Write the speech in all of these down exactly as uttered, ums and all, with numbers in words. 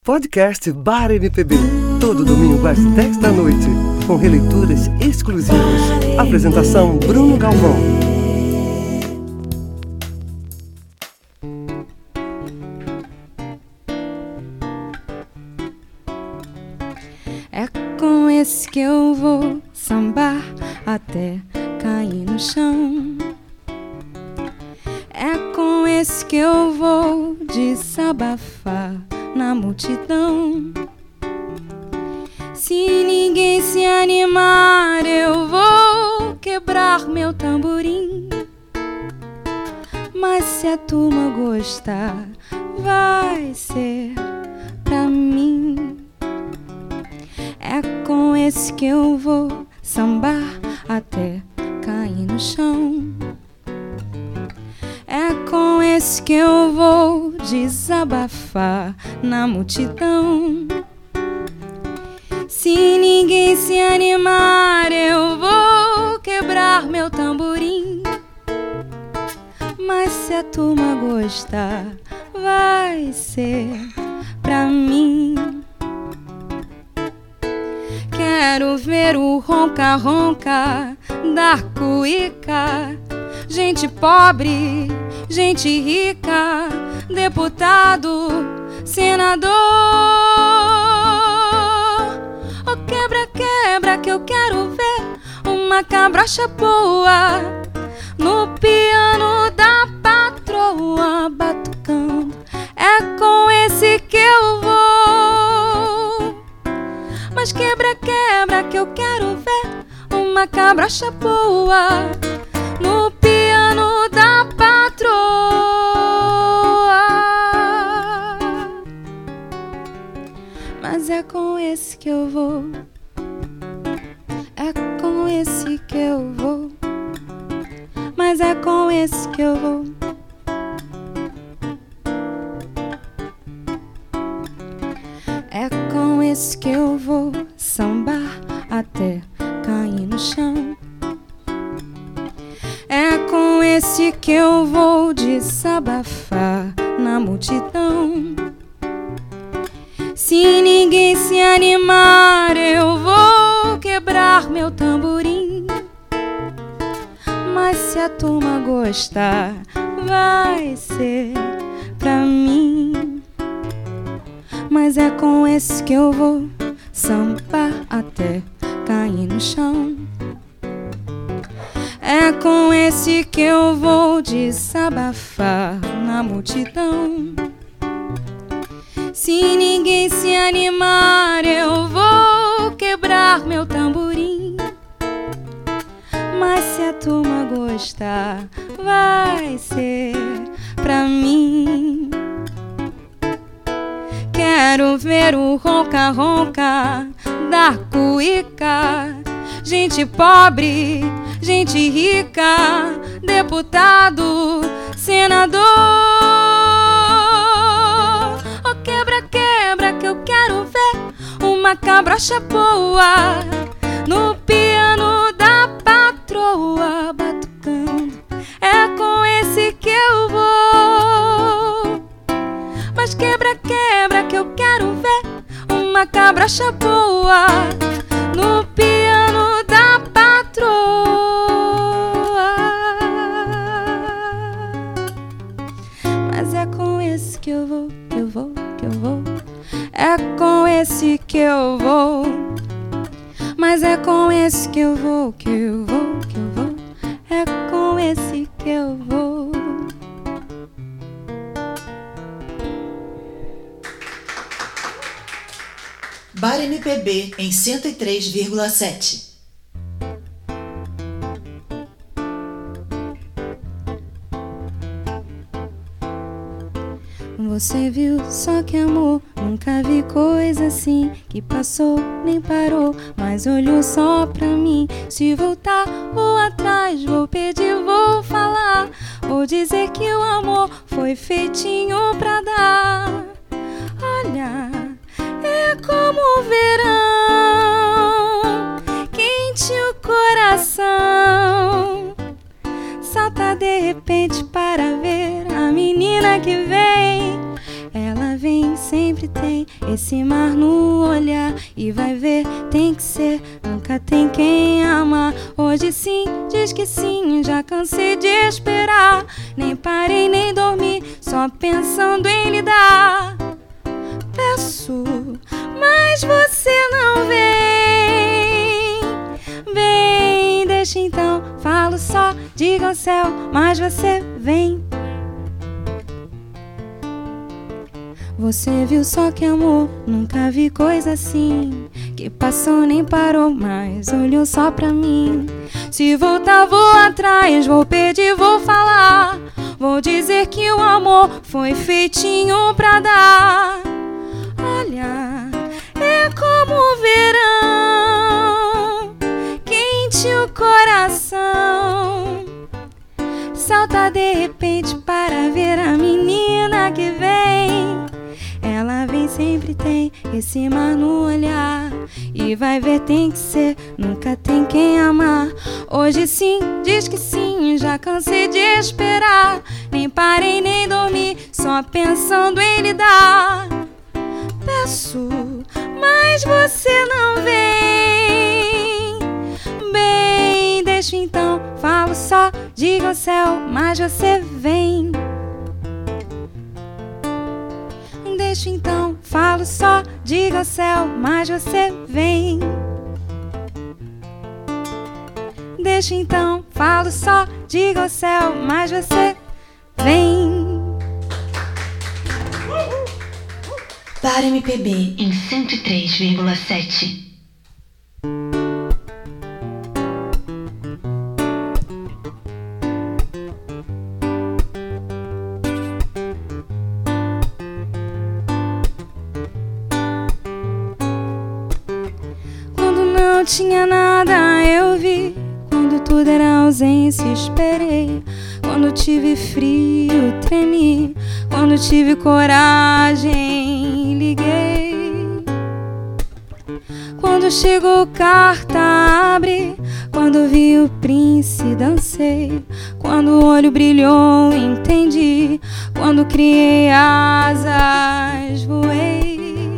Podcast Bar M P B, todo domingo às dez da noite, com releituras exclusivas. Apresentação Bruno Galvão. É com esse que eu vou sambar até cair no chão. É com esse que eu vou desabafar na multidão. Se ninguém se animar, eu vou quebrar meu tamborim. Mas se a turma gostar, vai ser pra mim. É com esse que eu vou sambar até cair no chão. É com esse que eu vou desabafar na multidão. Se ninguém se animar, eu vou quebrar meu tamborim. Mas se a turma gostar, vai ser pra mim. Quero ver o ronca-ronca da cuíca. Gente pobre, gente rica, deputado, senador. Oh, quebra, quebra que eu quero ver uma cabrocha boa no piano da patroa batucando. É com esse que eu vou. Mas quebra, quebra que eu quero ver uma cabrocha boa no piano da patroa. Mas é com esse que eu vou. É com esse que eu vou. Mas é com esse que eu vou. É com esse que eu vou sambar até cair no chão. É com esse que eu vou desabafar na multidão. Se ninguém se animar, eu vou quebrar meu tamborim. Mas se a turma gostar, vai ser pra mim. Mas é com esse que eu vou sambar até cair no chão. É com esse que eu vou desabafar na multidão. Se ninguém se animar, eu vou quebrar meu tamborim. Mas se a turma gostar, vai ser pra mim. Quero ver o ronca-ronca da cuíca. Gente pobre, gente rica, deputado, senador. Oh, quebra, quebra que eu quero ver uma cabrocha boa no piano da patroa batucando. É com esse que eu vou. Mas quebra, quebra que eu quero ver uma cabrocha boa no piano da patroa. Mas é com esse que eu vou, que eu vou, que eu vou. É com esse que eu vou. Mas é com esse que eu vou, que eu vou, que eu vou. É com esse que eu vou. Bar M P B em cento e três vírgula sete. Você viu, só que amor, nunca vi coisa assim. Que passou, nem parou, mas olhou só pra mim. Se voltar, vou atrás, vou pedir, vou falar. Vou dizer que o amor foi feitinho pra dar. Olha, é como o verão, quente o coração. Salta de repente para ver a menina que vem. Ela vem, sempre tem esse mar no olhar e vai ver, tem que ser, nunca tem quem amar. Hoje sim, diz que sim, já cansei de esperar. Nem parei, nem dormi, só pensando em lhe dar. Peço, mas você não vem. Vem, deixa então, falo só, diga ao céu, mas você vem. Você viu só que amor, nunca vi coisa assim, que passou nem parou, mas olhou só pra mim. Se voltar vou atrás, vou pedir, vou falar, vou dizer que o amor foi feitinho pra dar. Olha, é como o verão, quente o coração, salta de repente para ver a menina que vem. Ela vem, sempre tem esse mar no olhar e vai ver, tem que ser, nunca tem quem amar. Hoje sim, diz que sim, já cansei de esperar. Nem parei, nem dormi, só pensando em lhe dar. Peço, mas você não vem. Bem, deixa então, falo só, diga ao céu, mas você vem. Deixa então, falo só, diga ao céu, mas você vem. Deixa então, falo só, diga ao céu, mas você vem. Bar M P B em cento e três vírgula sete. Não tinha nada, eu vi. Quando tudo era ausência, esperei. Quando tive frio, tremi. Quando tive coragem, liguei. Quando chegou carta, abri. Quando vi o príncipe, dancei. Quando o olho brilhou, entendi. Quando criei asas, voei.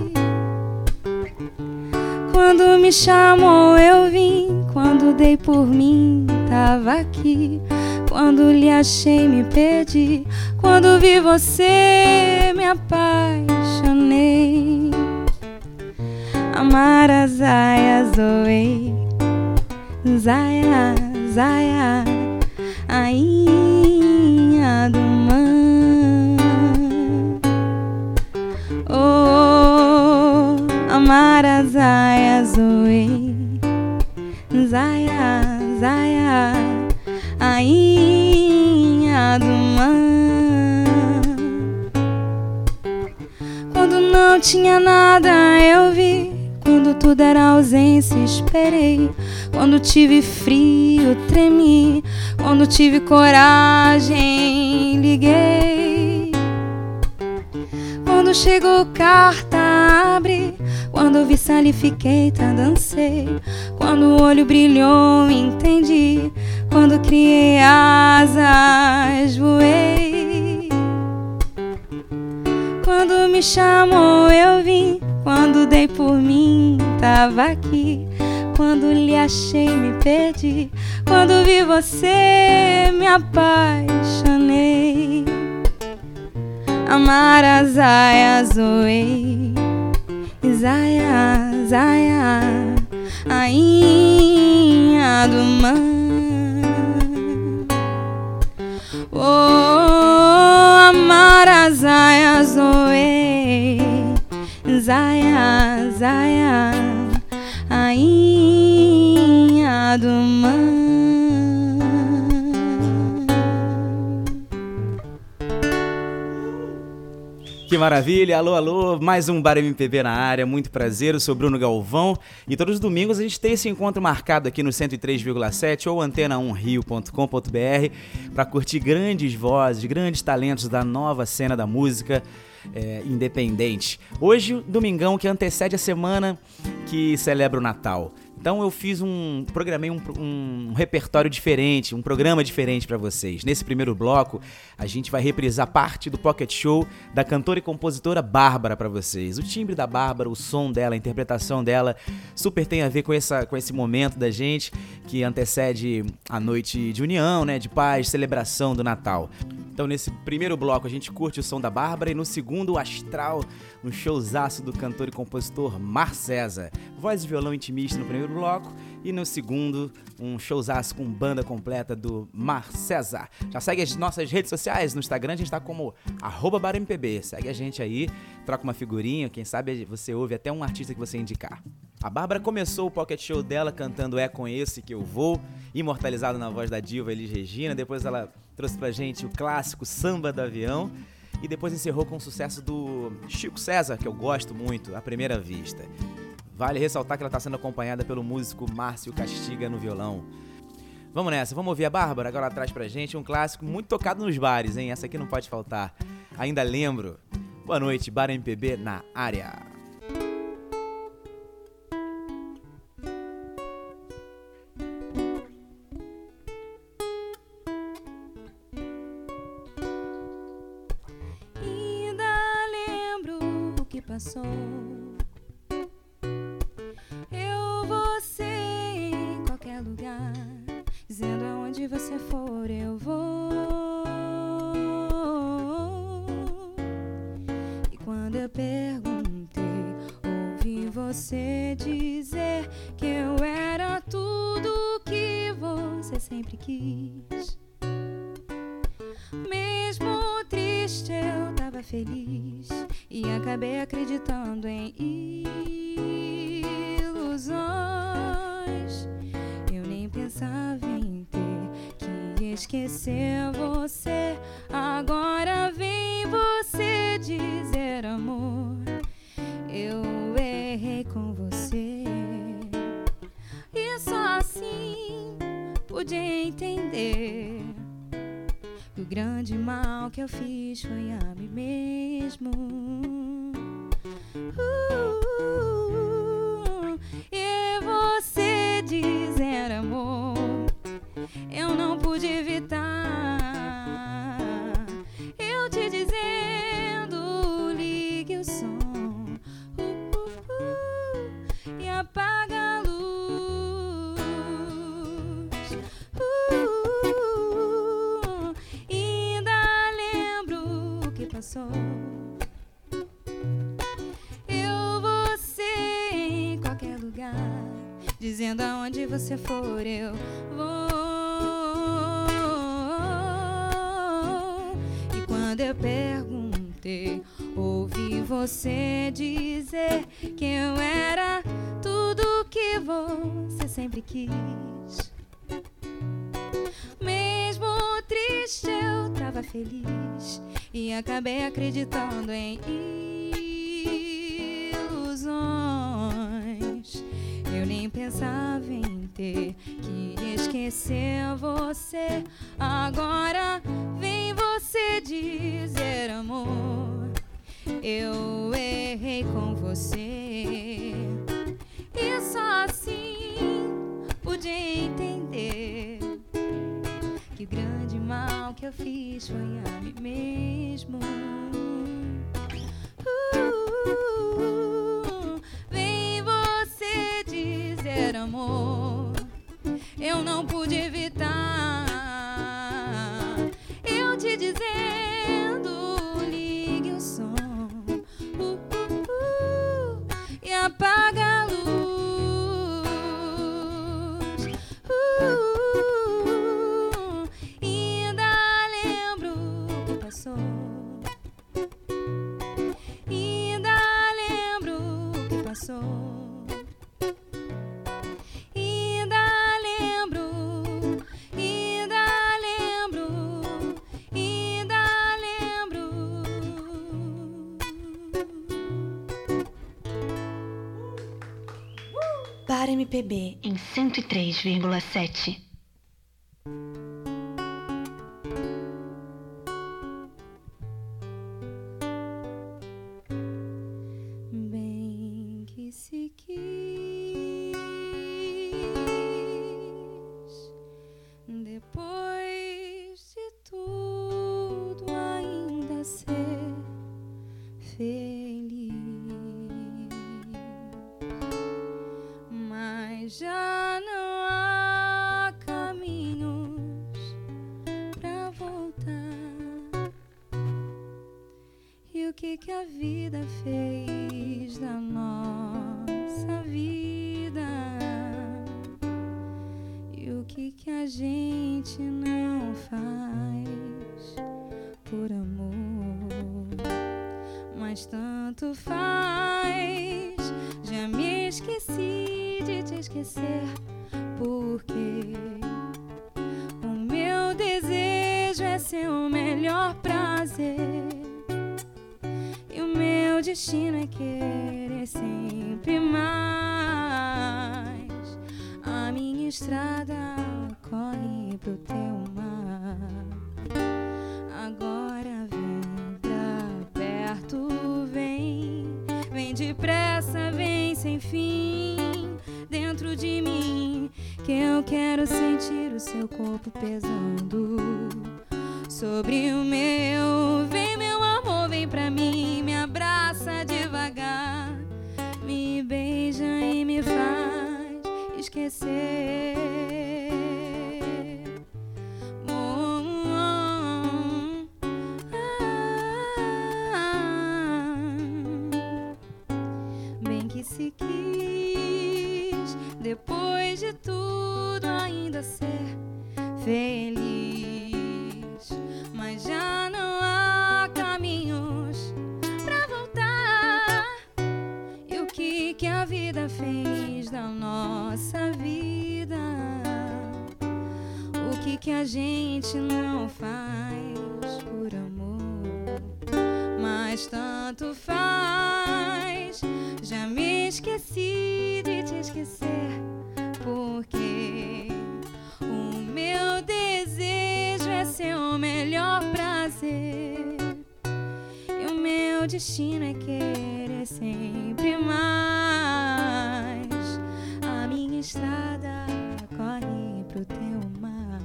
Quando me chamou eu vim, quando dei por mim tava aqui, quando lhe achei me perdi, quando vi você me apaixonei. Amara Zaya Zoe, Zaya, Zaya, Ainha do Man. Oh, Amara Zaya Zoe, Zaya, Zaya, Ainha do Man. Quando não tinha nada eu vi, quando tudo era ausência esperei. Quando tive frio tremi, quando tive coragem liguei. Quando chegou carta abri, quando vi salifiquei, tá dancei. Quando o olho brilhou entendi, quando criei asas voei. Quando me chamou eu vim, quando dei por mim tava aqui, quando lhe achei me perdi, quando vi você me apaixonei. Amara Zaya Zoe, Zaya, Zaya, Ainha do Man. Oh, Amara Zaya Zoe, Zaya, Zaya, Ainha do Man. Que maravilha, alô, alô, mais um Bar M P B na área, muito prazer, eu sou Bruno Galvão e todos os domingos a gente tem esse encontro marcado aqui no cento e três vírgula sete ou antena um rio ponto com ponto br para curtir grandes vozes, grandes talentos da nova cena da música é, independente. Hoje, domingão que antecede a semana que celebra o Natal. Então eu fiz um, programei um, um repertório diferente, um programa diferente para vocês. Nesse primeiro bloco, a gente vai reprisar parte do Pocket Show da cantora e compositora Bárbara para vocês. O timbre da Bárbara, o som dela, a interpretação dela, super tem a ver com, essa, com esse momento da gente que antecede a noite de união, né, de paz, celebração do Natal. Então nesse primeiro bloco a gente curte o som da Bárbara e no segundo o astral, um showzaço do cantor e compositor Mar César. Voz e violão intimista no primeiro bloco e no segundo um showzaço com banda completa do Mar César. Já segue as nossas redes sociais, no Instagram a gente tá como arroba bar M P B. Segue a gente aí, troca uma figurinha, quem sabe você ouve até um artista que você indicar. A Bárbara começou o Pocket Show dela cantando É Com Esse Que Eu Vou, imortalizado na voz da diva Elis Regina. Depois ela trouxe pra gente o clássico Samba do Avião e depois encerrou com o sucesso do Chico César, que eu gosto muito, À Primeira Vista. Vale ressaltar que ela está sendo acompanhada pelo músico Márcio Castiga no violão. Vamos nessa, vamos ouvir a Bárbara? Agora ela traz pra gente um clássico muito tocado nos bares, hein? Essa aqui não pode faltar. Ainda Lembro. Boa noite, Bar M P B na área. Passou. Eu vou ser em qualquer lugar, dizendo aonde você for eu vou. E quando eu perguntei, ouvi você dizer que eu era tudo que você sempre quis. Mesmo triste eu tava feliz e acabei acreditando em ilusões. Eu nem pensava em ter que esquecer você. Agora vem você dizer amor, eu errei com você. E só assim pude entender que o grande mal que eu fiz foi a mim mesmo. Uh, e você dizer amor, eu não pude evitar. Eu te dizendo, ligue o som, uh, uh, uh, e apaga a luz. Uh, ainda lembro o que passou. Dizendo aonde você for eu vou. E quando eu perguntei, ouvi você dizer que eu era tudo que você sempre quis. Mesmo triste eu tava feliz e acabei acreditando em ilusões. Eu nem pensava em ter que esquecer você. Agora vem você dizer amor, eu errei com você. E só assim pude entender que o grande mal que eu fiz foi a mim mesmo. Uh, vem você dizer amor, eu não pude evitar. Eu te dizendo, ligue o som, uh, uh, uh, e apaga a luz. Uh, ainda lembro o que passou. Ainda lembro o que passou. Bar M P B em cento e três vírgula sete. Bem que se quis prazer. E o meu destino é querer sempre mais. A minha estrada corre pro teu mar. Agora vem pra perto, vem. Vem depressa, vem sem fim dentro de mim, que eu quero sentir o seu corpo pesando sobre o meu. Vem, meu amor, vem pra mim, me abraça devagar, me beija e me faz esquecer. Oh, oh, ah, bem que se quis, depois de tudo, ainda ser feliz. Mas já não há caminhos pra voltar. E o que que a vida fez da nossa vida? O que que a gente não faz por amor? Mas tanto faz. Já me esqueci de te esquecer, porque o meu desejo é seu melhor prazer. E o meu destino é querer sempre mais. A minha estrada corre pro teu mar.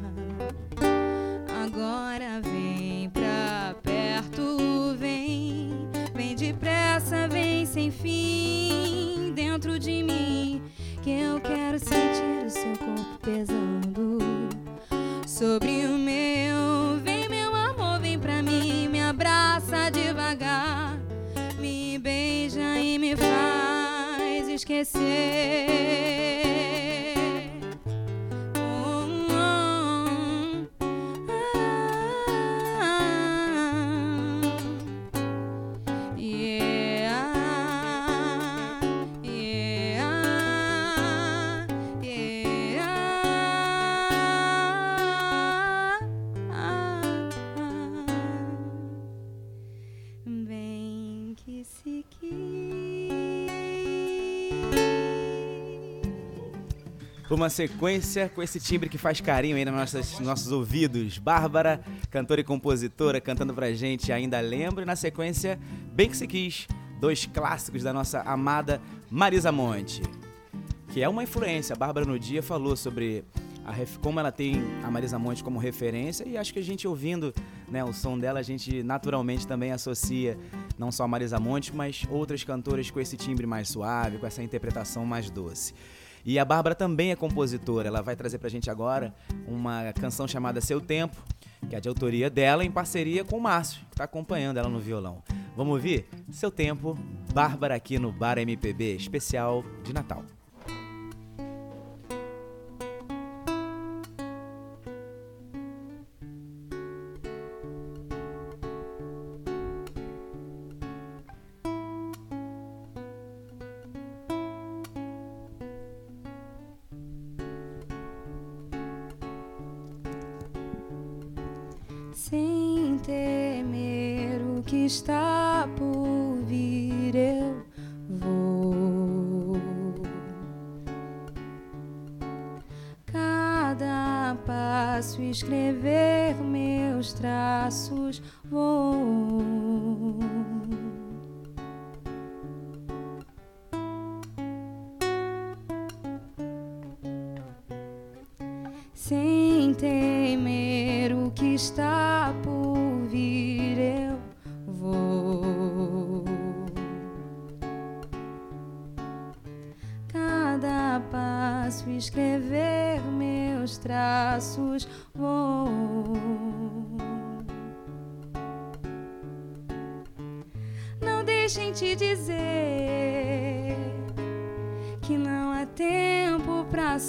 Agora vem pra perto, vem. Vem depressa, vem sem fim dentro de mim, que eu quero sentir o seu corpo pesando sobre o meu. Vem, meu amor, vem pra mim, me abraça devagar, me beija e me faz esquecer. Oh, oh, ah, yeah, yeah, yeah. Bem que se quis. Uma sequência com esse timbre que faz carinho aí nos nossos, nossos ouvidos. Bárbara, cantora e compositora, cantando pra gente Ainda Lembro. E na sequência, Bem Que Se Quis, dois clássicos da nossa amada Marisa Monte, que é uma influência. A Bárbara no dia falou sobre a ref... como ela tem a Marisa Monte como referência, e acho que a gente ouvindo, né, o som dela, a gente naturalmente também associa não só a Marisa Monte, mas outras cantoras com esse timbre mais suave, com essa interpretação mais doce. E a Bárbara também é compositora. Ela vai trazer pra gente agora uma canção chamada Seu Tempo, que é de autoria dela em parceria com o Márcio, que tá acompanhando ela no violão. Vamos ouvir? Seu Tempo, Bárbara aqui no Bar M P B, especial de Natal. Sem temer o que está por vir, eu vou. Cada passo escrever meus traços, vou. Sem temer o que está por vir, eu vou. Cada passo escrever meus traços, vou. Não deixem te dizer que não há tempo pra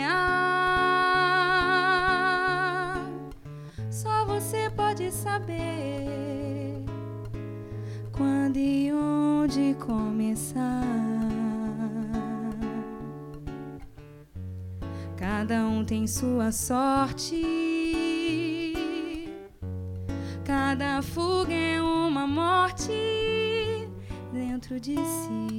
sonhar. Só você pode saber quando e onde começar. Cada um tem sua sorte, cada Cada fuga é uma morte dentro de si.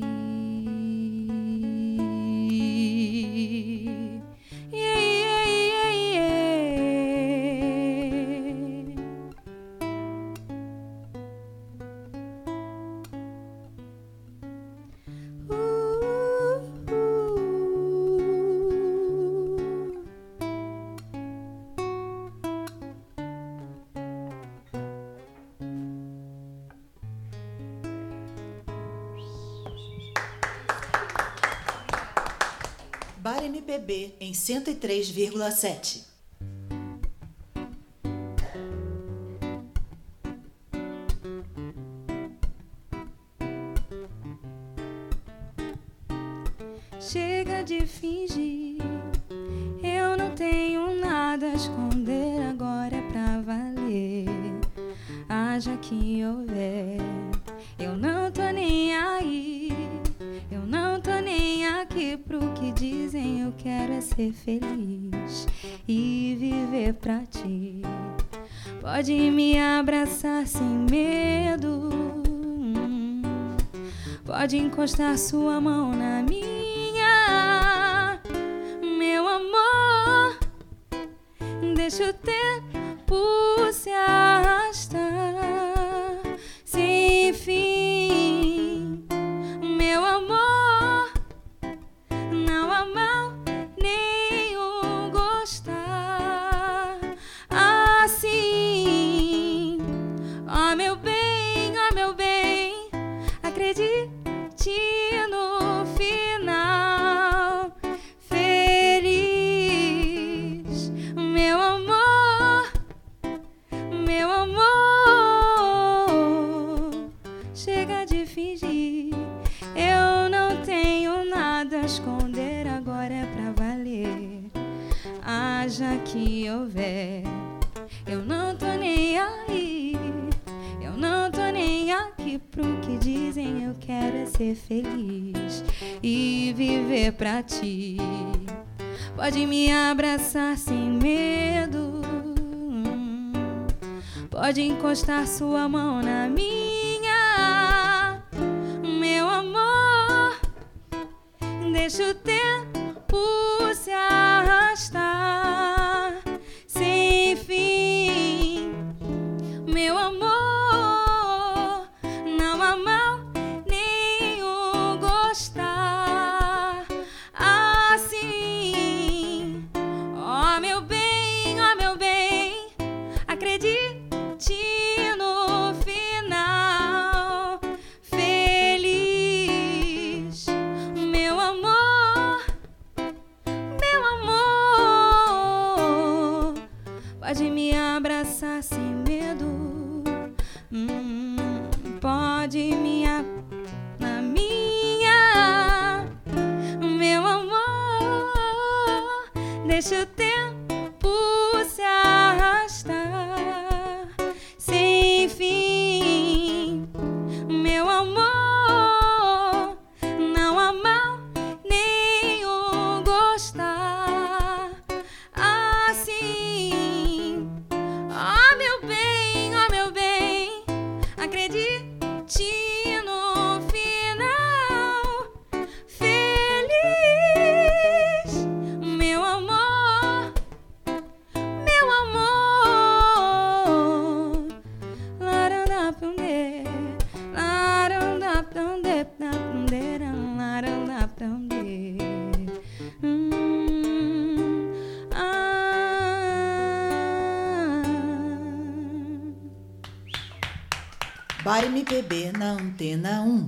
Yeah, yeah, yeah, yeah. Uh, uh. Bar M P B em cento e três vírgula sete. Chega de fingir, eu não tenho nada a esconder, agora é pra valer. Haja que houver, eu não tô nem aí, eu não tô nem aqui pro que dizem, eu quero é ser feliz e viver pra ti. Pode me abraçar sem medo, pode encostar sua mão na minha, meu amor. Deixa o tempo se arrastar sem fim, meu amor. Não há mal nenhum gostar assim. Ó meu bem, ó meu bem, acredite no final. Feliz, meu amor, meu amor. Chega de fingir, eu não tenho nada a esconder, agora é pra valer. Haja que houver, eu não tô nem aí, eu não tô nem aqui pro que dizem, eu quero é ser feliz e viver pra ti. Pode me abraçar sem medo, pode encostar sua mão na minha, meu amor. Deixa o tempo se arrastar sem fim, meu amor. Não há mal nenhum gostar assim. Ó meu bem, ó meu bem, acredite no final. Feliz, meu amor, meu amor. Pode me abraçar sem medo, hum, pode me abraçar na minha, meu amor. Deixa o tempo se arrastar sem fim, meu amor. Não há mal nenhum gostar assim. Ó meu bem, ó meu bem, acredite no final. Feliz, meu amor, meu amor. Larandapande, larandapande, larandapande. Hum, ah. Bar M P B na Antena um.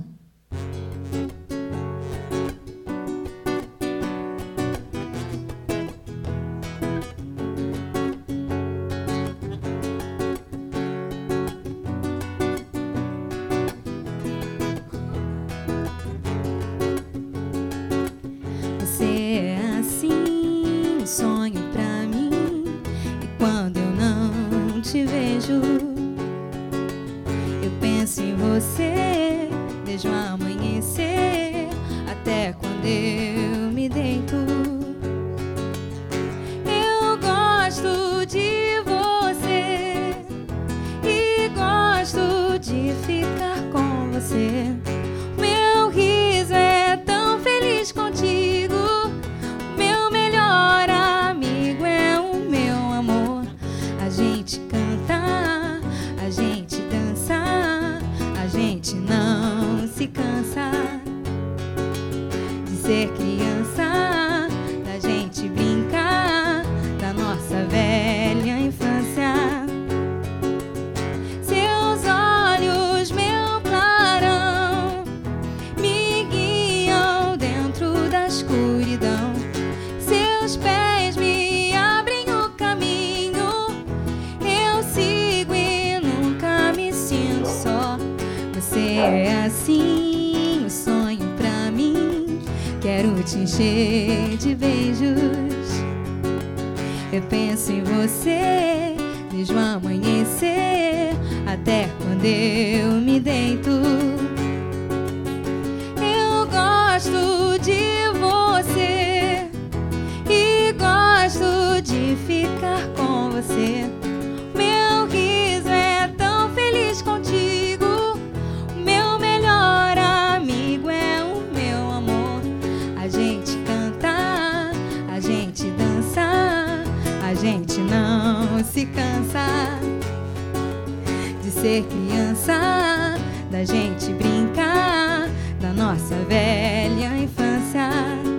Você é assim, um sonho pra mim. E quando eu não te vejo, eu penso em você, vejo ser criança, da gente brincar, da nossa velha infância. Seus olhos, meu clarão, me guiam dentro da escuridão. Seus pés me abrem o caminho, eu sigo e nunca me sinto só. Você é assim, um sonho pra mim, quero te encher de beijos. Eu penso em você desde o amanhecer até quando eu me deito. Eu gosto de você e gosto de ficar com você. Meu riso é tão feliz contigo, o meu melhor amigo é o meu amor. A gente canta, a gente dança, a gente não se cansa de ser criança, da gente brincar, da nossa velha infância.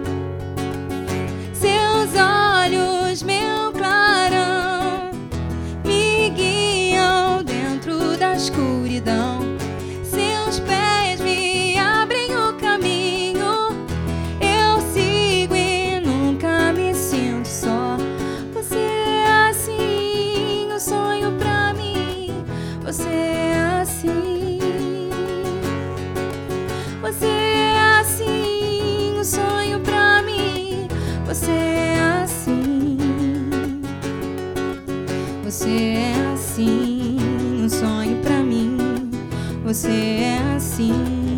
Seus olhos, meu clarão, me guiam dentro da escuridão. Seus pés me abrem o caminho, eu sigo e nunca me sinto só. Você é assim, um sonho pra mim. Você é assim. Você é assim, um sonho pra mim. Você é assim. Você é assim, um sonho pra mim. Você é assim.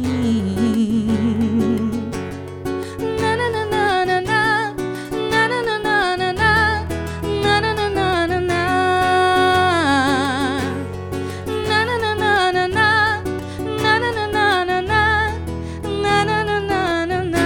Na na na na na na, na na na na na na, na na na na na na, na na na na na na, na na na na na na, na na na na na.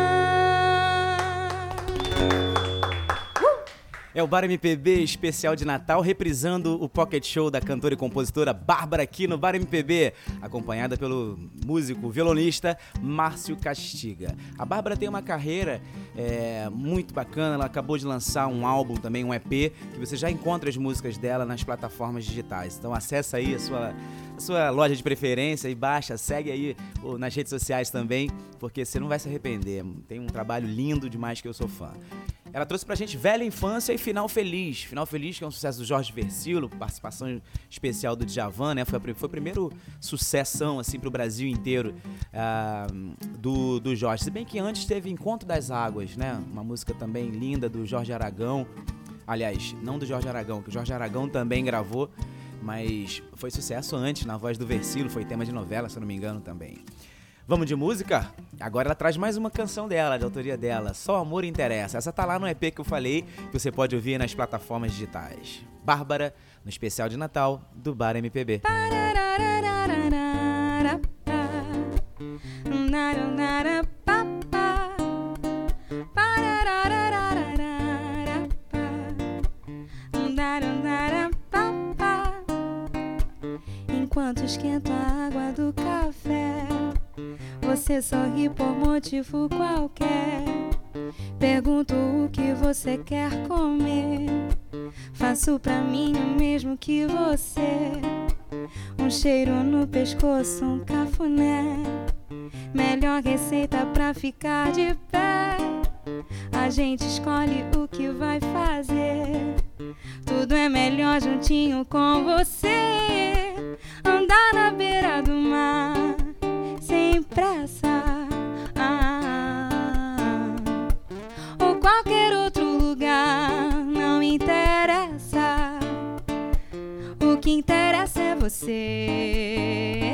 É o Bar M P B especial de Natal, reprisando o Pocket Show da cantora e compositora Bárbara aqui no Bar M P B, acompanhada pelo músico violonista Márcio Castiga. A Bárbara tem uma carreira é, muito bacana, ela acabou de lançar um álbum também, um E P, que você já encontra as músicas dela nas plataformas digitais. Então acessa aí a sua, a sua loja de preferência e baixa, segue aí ou, nas redes sociais também, porque você não vai se arrepender. Tem um trabalho lindo demais que eu sou fã. Ela trouxe pra gente Velha Infância e Final Feliz. Final Feliz, que é um sucesso do Jorge Versilo, participação especial do Djavan, né? Foi, a, foi o primeiro sucessão, assim, pro Brasil inteiro uh, do, do Jorge. Se bem que antes teve Encontro das Águas, né? Uma música também linda do Jorge Aragão. Aliás, não do Jorge Aragão, que o Jorge Aragão também gravou, mas foi sucesso antes, na voz do Versilo, foi tema de novela, se eu não me engano, também. Vamos de música? Agora ela traz mais uma canção dela, de autoria dela, Só Amor Interessa. Essa tá lá no E P que eu falei, que você pode ouvir nas plataformas digitais. Bárbara, no especial de Natal do Bar M P B. Enquanto esquento a água do café, você sorri por motivo qualquer. Pergunto o que você quer comer. Faço pra mim o mesmo que você. Um cheiro no pescoço, um cafuné. Melhor receita pra ficar de pé. A gente escolhe o que vai fazer. Tudo é melhor juntinho com você. Andar na beira do mar sem pressa, ah, ou qualquer outro lugar, não interessa. O que interessa é você.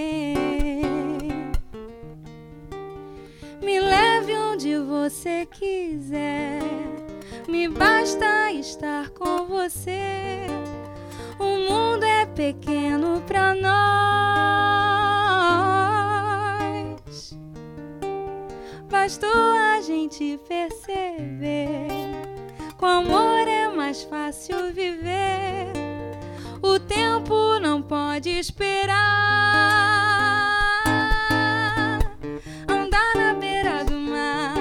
Me leve onde você quiser, me basta estar com você. O mundo é pequeno pra nós, bastou a gente perceber. Com amor é mais fácil viver. O tempo não pode esperar. Andar na beira do mar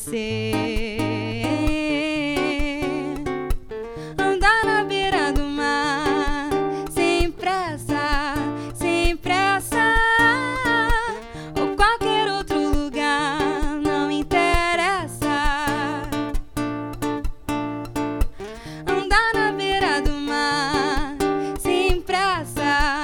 você. Andar na beira do mar, sem pressa, sem pressa. Ou qualquer outro lugar, não interessa. Andar na beira do mar, sem pressa.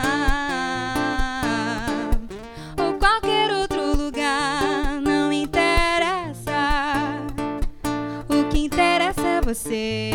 Ou qualquer outro lugar, não interessa. O que interessa é você.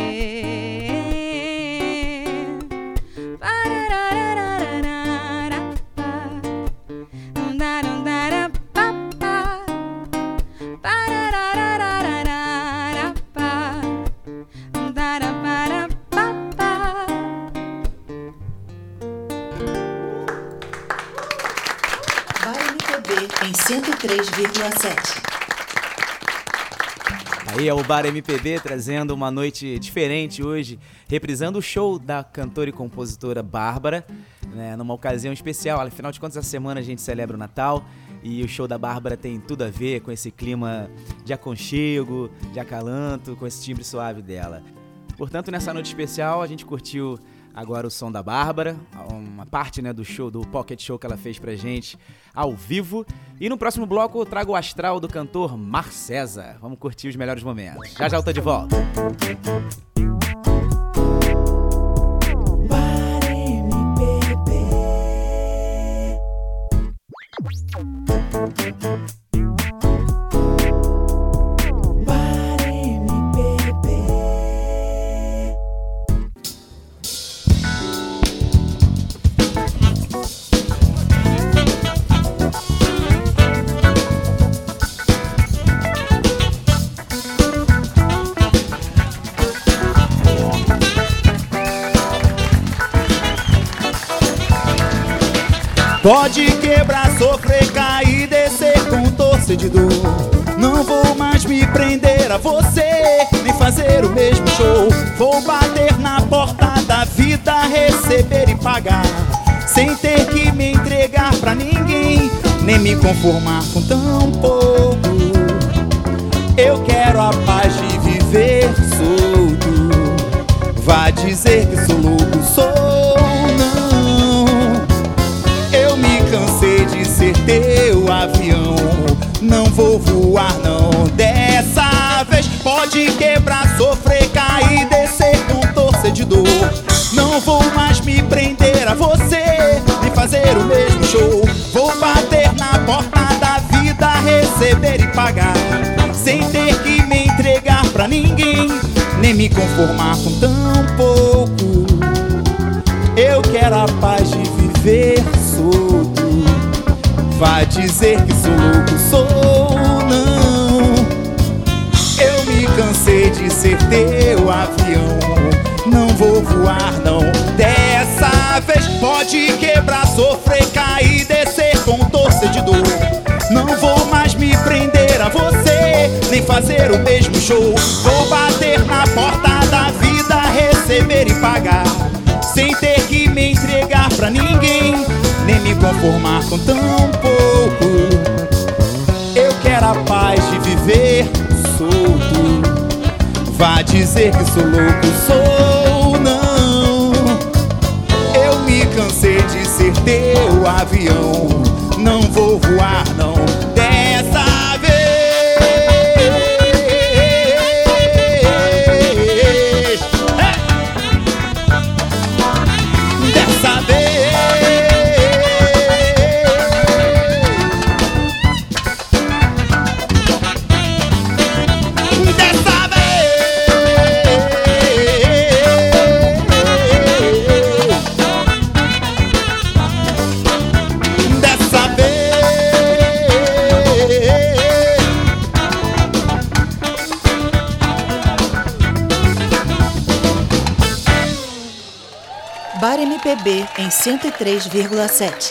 Em cento e três vírgula sete. Aí é o Bar M P B trazendo uma noite diferente hoje, reprisando o show da cantora e compositora Bárbara, né, numa ocasião especial. Afinal de contas, essa semana a gente celebra o Natal e o show da Bárbara tem tudo a ver com esse clima de aconchego, de acalanto, com esse timbre suave dela. Portanto, nessa noite especial, a gente curtiu agora o som da Bárbara, uma parte, né, do show, do Pocket Show que ela fez pra gente ao vivo. E no próximo bloco eu trago o astral do cantor Mar César. Vamos curtir os melhores momentos. Já já eu tô de volta. Pode quebrar, sofrer, cair, descer com torcer de dor. Não vou mais me prender a você, nem fazer o mesmo show. Vou bater na porta da vida, receber e pagar, sem ter que me entregar pra ninguém, nem me conformar com tão pouco. Eu quero a paz de viver solto. Vá dizer que sou louco, sou não. Eu me cansei de ser teu avião, não vou voar não dessa vez. Pode quebrar, sofrer, cair, descer com torcer de dor. Não vou mais me prender a você, nem fazer o mesmo show. Vou bater na porta da vida, receber e pagar, sem ter que me entregar pra ninguém, nem me conformar com tão pouco. Eu quero a paz de viver solto. Vai dizer que sou louco, sou não. Eu me cansei de ser teu avião, não vou voar não dessa vez. Pode quebrar, sofrer, cair, descer com torcer de dor. Não vou mais me prender a você, nem fazer o mesmo show. Vou bater na porta da vida, receber e pagar, sem ter que me entregar pra ninguém, nem me conformar com tão pouco. Eu quero a paz de viver solto. Vá dizer que sou louco, sou não. Eu me cansei de ser teu avião, não vou voar não dessa vez. Dessa vez. Dessa vez. Dessa vez. Bar M P B em cento e três vírgula sete.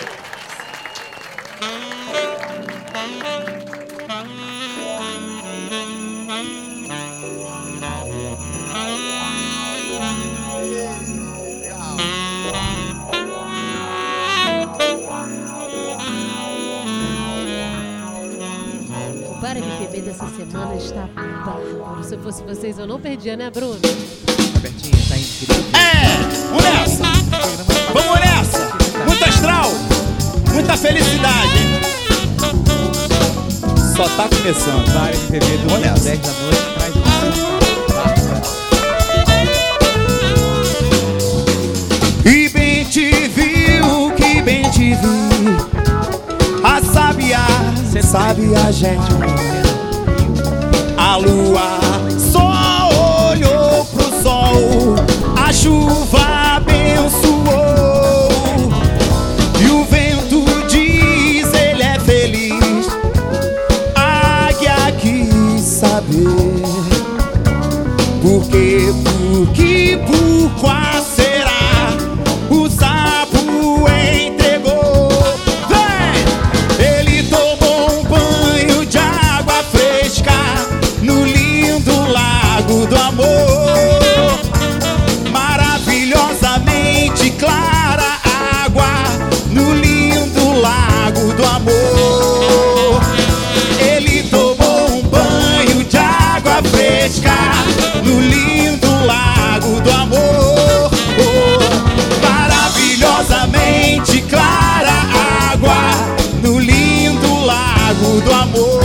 O Bar M P B da essa semana está bárbaro. Se eu fosse vocês, eu não perdia, né, Bruno? Robertinho, tá incrível. É, vamos nessa. Vamos nessa. Muito astral, muita felicidade, hein? Só tá começando. Bar M P B do Vamos nessa. dez da noite traz um E bem te viu, que bem te vi. A sabiá, sabiá gente. A lua só olhou pro sol. A chuva abençoou. E o vento diz, ele é feliz. A águia quis saber. Por quê, por que, por qual será? O sapo entregou. Vem! Ele tomou um banho de água fresca no lindo lago do amor. Maravilhosamente clara água no lindo lago do amor. Ele tomou um banho de água fresca no lindo lago do amor. Oh, maravilhosamente clara água no lindo lago do amor.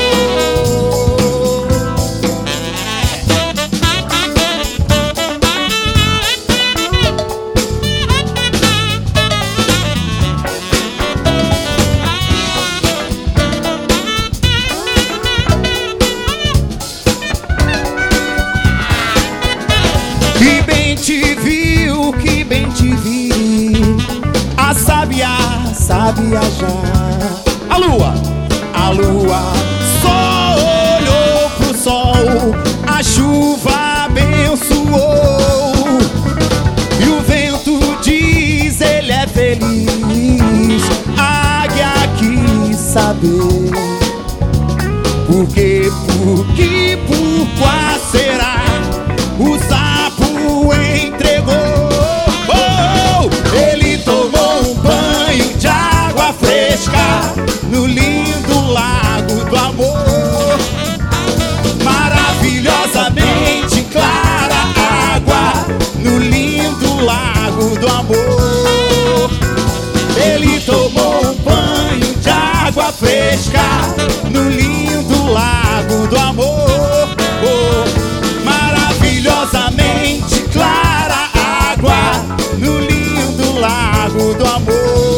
Que bem te viu, que bem te vi. A sabiá, sabiá já. A lua, a lua só olhou pro sol. A chuva abençoou. E o vento diz, ele é feliz. A águia quis saber. Por quê, por que, por qual será? O sapo entregou. Oh, ele tomou um banho de água fresca no lindo lago do amor. Maravilhosamente clara água no lindo lago do amor. Ele tomou um banho de água fresca no lindo lago do amor. Oh, maravilhosamente clara água no lindo lago do amor.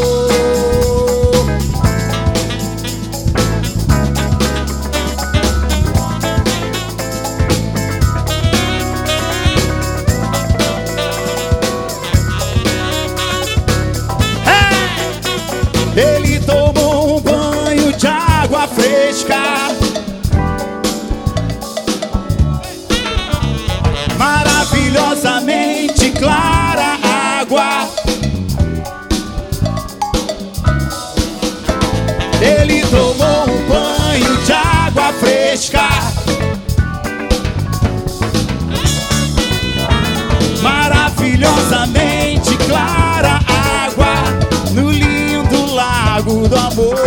Hey! Ele tomou um banho de água fresca. Maravilhosamente clara água. Ele tomou um banho de água fresca. Maravilhosamente clara água no lindo lago do amor.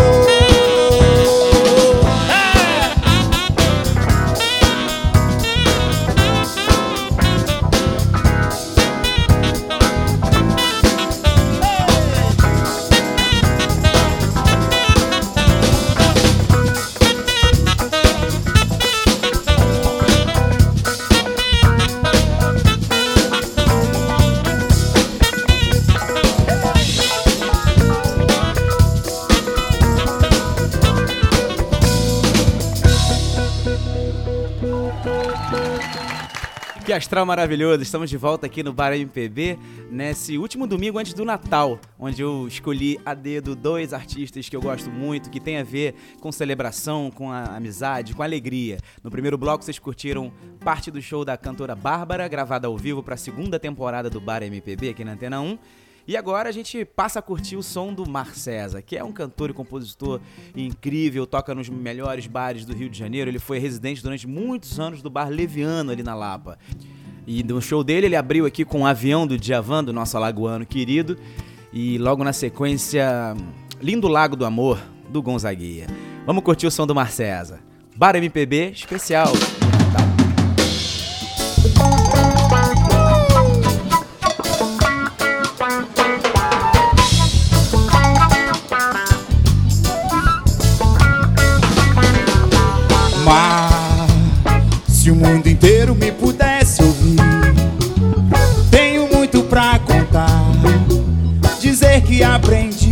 Que astral maravilhoso, estamos de volta aqui no Bar M P B, nesse último domingo antes do Natal, onde eu escolhi a dedo dois artistas que eu gosto muito, que tem a ver com celebração, com a amizade, com a alegria. No primeiro bloco vocês curtiram parte do show da cantora Bárbara, gravada ao vivo para a segunda temporada do Bar M P B aqui na Antena um. E agora a gente passa a curtir o som do Mar César, que é um cantor e compositor incrível, toca nos melhores bares do Rio de Janeiro. Ele foi residente durante muitos anos do Bar Leviano ali na Lapa. E no show dele ele abriu aqui com o Avião do Djavan, do nosso alagoano querido. E logo na sequência, Lindo Lago do Amor, do Gonzaguinha. Vamos curtir o som do Mar César. Bar M P B especial. Se o mundo inteiro me pudesse ouvir, tenho muito pra contar, dizer que aprendi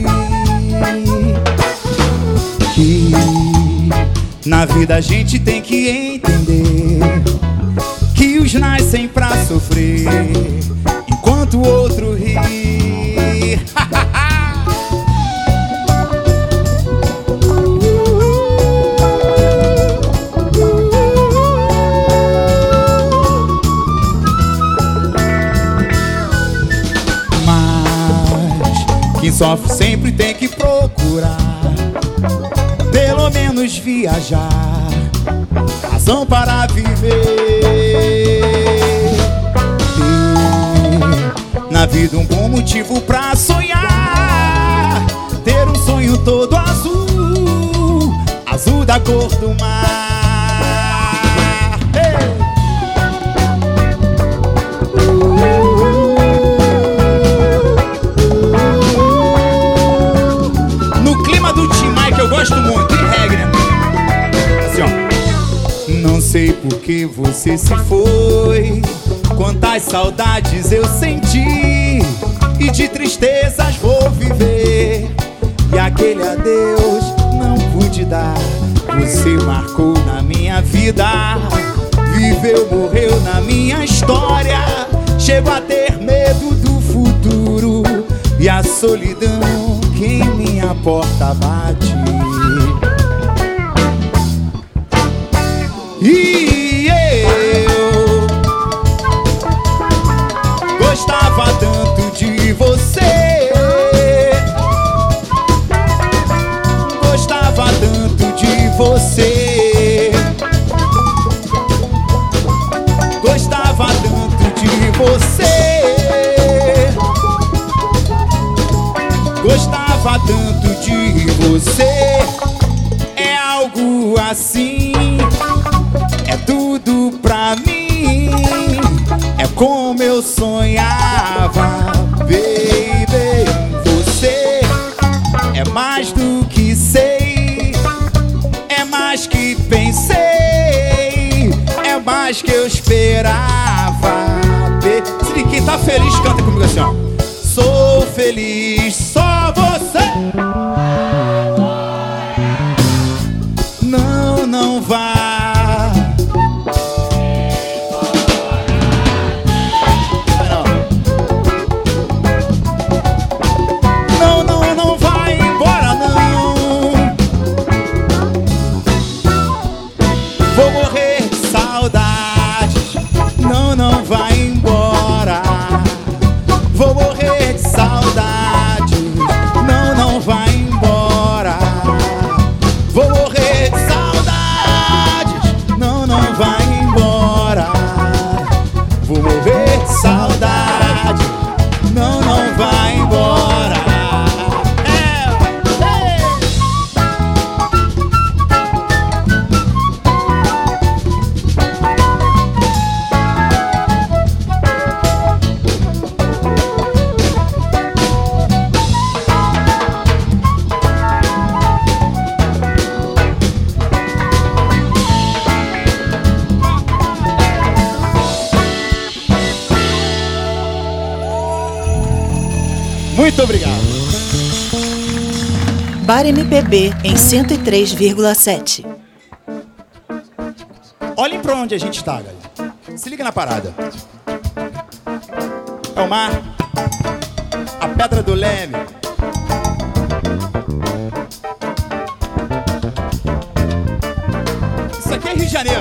que na vida a gente tem que entender que uns nascem pra sofrer enquanto o outro ri. Quem sofre sempre tem que procurar, pelo menos viajar, razão para viver. Ter na vida um bom motivo pra sonhar, ter um sonho todo azul, azul da cor do mar. Eu gosto muito, de regra. Assim, ó. Não sei por que você se foi, quantas saudades eu senti, e de tristezas vou viver, e aquele adeus não pude dar. Você marcou na minha vida, viveu, morreu na minha história. Chego a ter medo do futuro e a solidão que em minha porta bate. E eu gostava tanto de você, gostava tanto de você, gostava tanto de você, gostava tanto de você. É algo assim, é tudo pra mim, é como eu sonhava, baby. Você é mais do que sei, é mais que pensei, é mais que eu esperava. Se quem tá feliz canta comigo assim, ó. Sou feliz, só você. Não, não vá. Não, não, não vai embora, não. Vou morrer de saudades. Não, não vai embora. Vou morrer de saudades. Não, não vai embora. Vou morrer de saudades. Não, não vai embora. Vou morrer de saudade. Não, não vai embora. É, é. Muito obrigado. Bar M P B em cento e três vírgula sete. Olhem pra onde a gente tá, galera. Se liga na parada. É o mar, a Pedra do Leme. Isso aqui é Rio de Janeiro.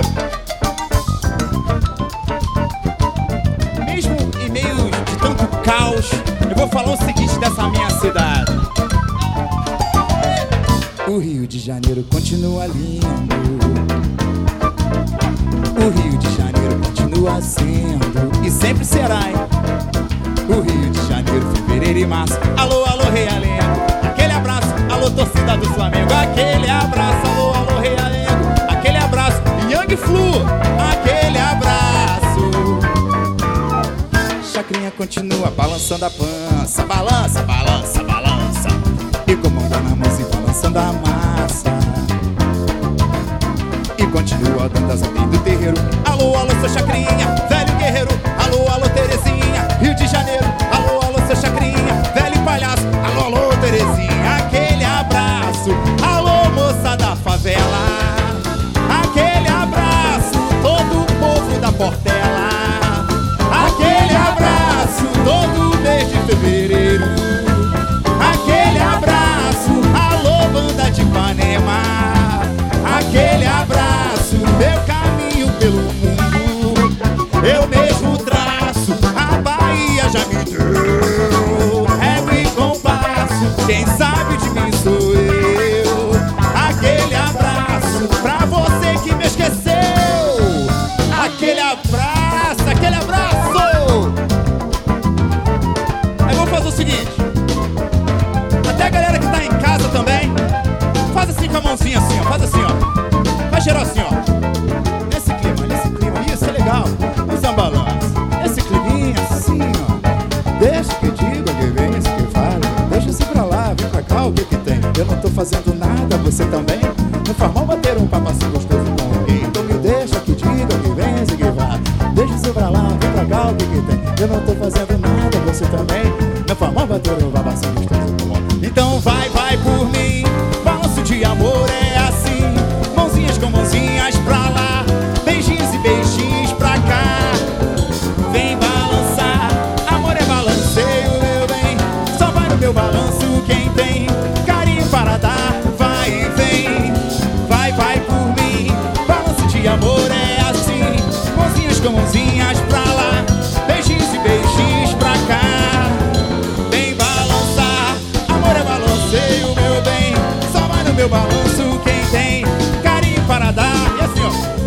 Mesmo em meio de tanto caos, eu vou falar o seguinte dessa minha cidade. O Rio de Janeiro continua lindo. O Rio de Janeiro continua sendo e sempre será, hein? O Rio de Janeiro, fevereiro e março. Alô, alô, Realengo. Aquele abraço, alô, torcida do Flamengo. Aquele abraço, alô, alô, Realengo. Aquele abraço. Flu, aquele abraço. Chacrinha continua balançando a pança. Balança, balança, balança. E comandando a moça e balançando a massa. E continua dando as ordens do terreiro. Alô, alô, seu Chacrinha, velho guerreiro. Alô, alô, Terezinha, Rio de Janeiro. Alô, alô, seu Chacrinha, velho palhaço. Alô, alô, Terezinha, aquele abraço. Alô, moça da favela, aquele abraço. Todo o povo da Portela, aquele abraço. Todo mês de fevereiro, aquele abraço. Alô, banda de Ipanema, aquele abraço. Meu caminho pelo mundo eu mesmo traço. A Bahia já me deu régua e compasso. Quem sabe de mim sou eu. Aquele abraço pra você que me esqueceu. Aquele abraço, aquele abraço. Aí vamos fazer o seguinte. Até a galera que tá em casa também, faz assim com a mãozinha assim, ó. Faz assim, ó. Faz geral assim, ó. Nesse clima, nesse clima. Isso é legal. Usa balanço. Esse climinha assim, ó. Deixa que diga, que vem, isso que fala. Deixa isso pra lá, vem pra cá, o que que tem? Eu não tô fazendo nada, você também. Não faz mal bater um papo assim gostoso com alguém. Então me deixa que diga, que vem, isso que fala. Deixa isso pra lá, vem pra cá, o que que tem? Eu não tô fazendo nada, você também. Não faz mal bater um papo assim gostoso com alguém. Então vai, vai por mim. Balanço de amor é assim. Mãozinhas com mãozinhas pra lá. Beijinhos e beijinhos pra cá. Vem balançar, amor é balanceio, meu bem. Só vai no meu balanço quem tem carinho para dar. Vai e vem, vai, vai por mim. Balanço de amor é assim. Mãozinhas com mãozinhas pra lá. Beijinhos e beijinhos pra cá. Vem balançar, amor é balanceio, meu bem. Só vai no meu balanço quem tem carinho para dar. E assim, ó.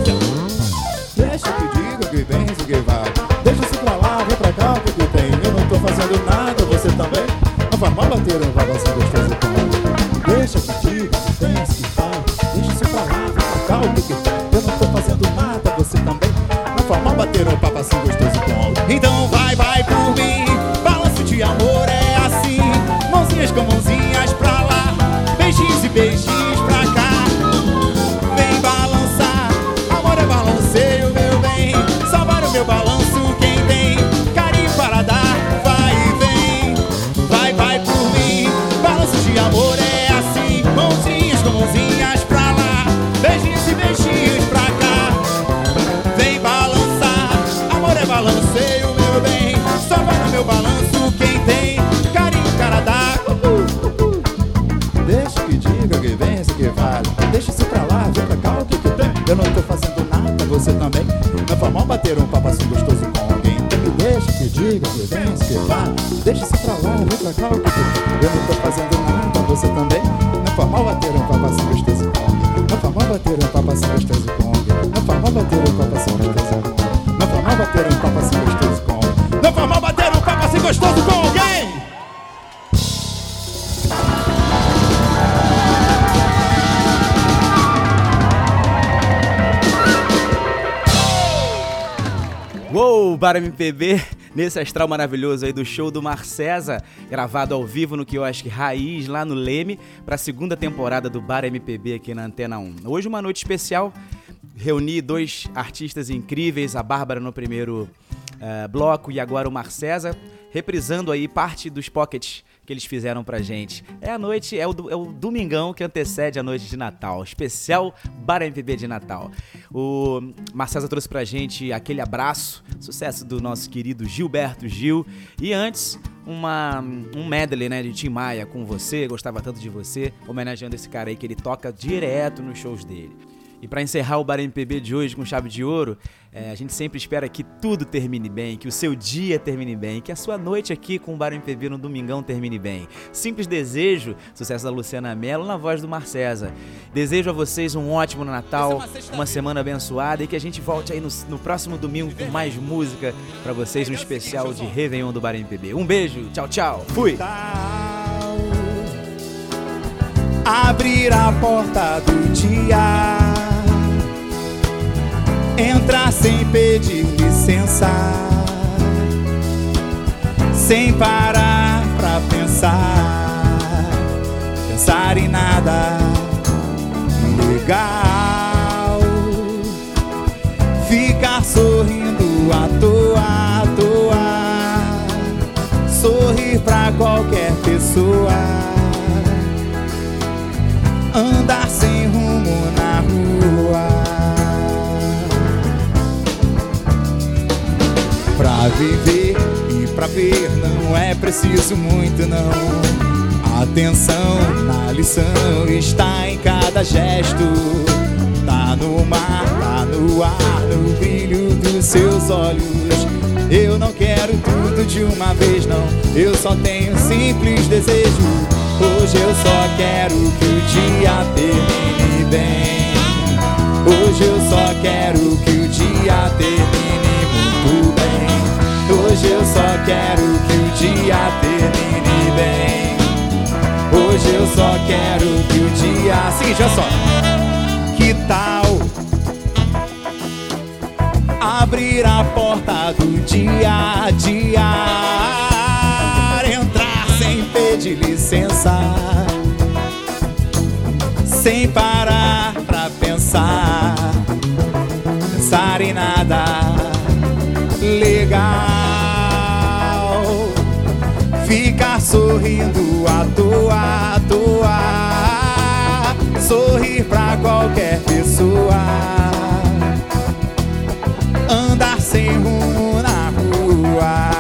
Deixa que diga, que vem, que vai. Deixa isso pra lá, vem pra cá, o que que tem? Eu não tô fazendo nada, você também. Não faz mal bater um balanço gostoso com. Deixa que diga, que vem, que vai. Deixa isso pra lá, vem pra cá, o que que tem? Eu não tô fazendo nada, você também. Não faz mal bater um papo assim gostoso com. Então vai, vai por mim. Balanço de amor é assim. Mãozinhas com mãozinhas pra lá. Beijinhos e beijinhos pra cá. Vem balançar, amor é balanceio, meu bem. Só vai no meu balanço quem tem carinho para dar. Vai e vem, vai, vai por mim. Balanço de amor é assim. Mãozinhas com mãozinhas pra lá. Beijinhos e beijinhos pra cá. Vem balançar, amor é balanceio, meu bem. Só vai no meu balanço quem tem carinho para dar. Deixa que diga, que vem, isso que vale. Deixa isso pra lá, vem pra cá, o que que tem? Eu não tô fazendo nada, você também. Não faz mal bater um papo assim gostoso com alguém. Então me deixa que diga, que vem, isso que vale. Deixa isso pra lá, vem pra cá, o que que tem? Eu não tô fazendo nada, você também. Não faz mal bater um papo assim gostoso com alguém. Não faz mal bater um papo assim gostoso com alguém. Não faz mal bater um papo assim gostoso com alguém. Não faz mal bater um papo assim gostoso com alguém. Não faz mal bater um papo assim gostoso com alguém. Uou, Bar M P B, nesse astral maravilhoso aí do show do Marcesa, gravado ao vivo no quiosque Raiz, lá no Leme, para a segunda temporada do Bar M P B aqui na Antena um. Hoje uma noite especial, reuni dois artistas incríveis, a Bárbara no primeiro uh, bloco e agora o Marcesa, reprisando aí parte dos pockets que eles fizeram pra gente. É a noite, é o, é o domingão que antecede a noite de Natal, especial Bar M P B de Natal. O Marcesa trouxe pra gente Aquele Abraço, sucesso do nosso querido Gilberto Gil, e antes uma, um medley, né, de Tim Maia, Com Você, Gostava Tanto de Você, homenageando esse cara aí que ele toca direto nos shows dele. E para encerrar o Bar M P B de hoje com chave de ouro, é, a gente sempre espera que tudo termine bem, que o seu dia termine bem, que a sua noite aqui com o Bar M P B no domingão termine bem. Simples desejo, sucesso da Luciana Mello na voz do Marcesa. Desejo a vocês um ótimo Natal, uma semana abençoada e que a gente volte aí no, no próximo domingo com mais música para vocês, um especial de Réveillon do Bar M P B. Um beijo, tchau, tchau, fui! Abrir a porta do dia, Entrar sem pedir licença, sem parar pra pensar, pensar em nada legal, ficar sorrindo à toa, à toa, sorrir pra qualquer pessoa, andar sem rumo na rua. Pra viver e pra ver não é preciso muito não. Atenção na lição está em cada gesto. Tá no mar, tá no ar, no brilho dos seus olhos. Eu não quero tudo de uma vez não, eu só tenho simples desejo. Hoje eu só quero que o dia termine bem. Hoje eu só quero que o dia termine muito bem. Hoje eu só quero que o dia termine bem. Hoje eu só quero que o dia... Seguinte, olha só. Que tal abrir a porta do dia a dia, entrar sem pedir licença, sem parar pra pensar, pensar em nada legal, ficar sorrindo à toa, à toa, sorrir pra qualquer pessoa, andar sem rumo na rua.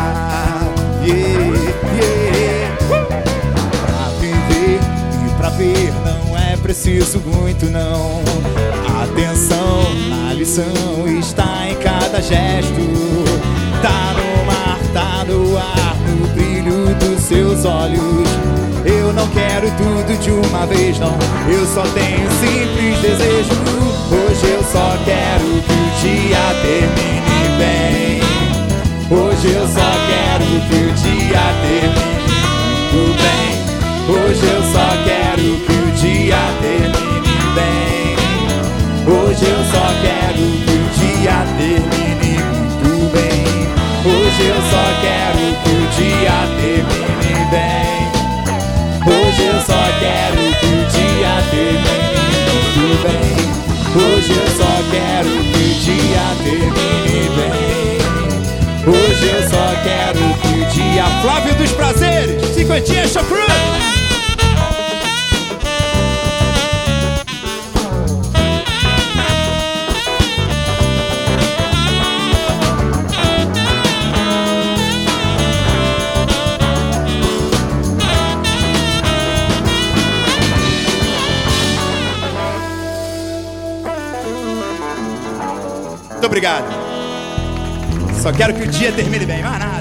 Yeah, yeah. Pra viver e pra ver não é preciso muito não. Atenção na lição está em cada gesto. Tá no mar, tá no ar, no brilho dos seus olhos. Eu não quero tudo de uma vez não, eu só tenho simples desejo. Hoje eu só quero que o dia termine bem. Hoje eu só quero que o dia termine muito bem. Hoje eu só quero que o dia termine bem. Hoje eu só quero que o dia termine muito bem. Hoje eu só quero que o dia termine bem. Hoje eu só quero que o dia termine muito bem. Hoje eu só quero que o dia termine bem. Hoje eu só quero que o dia... Flávio dos Prazeres, cinquentinha Chocru. Muito obrigado. Só quero que o dia termine bem, mais nada.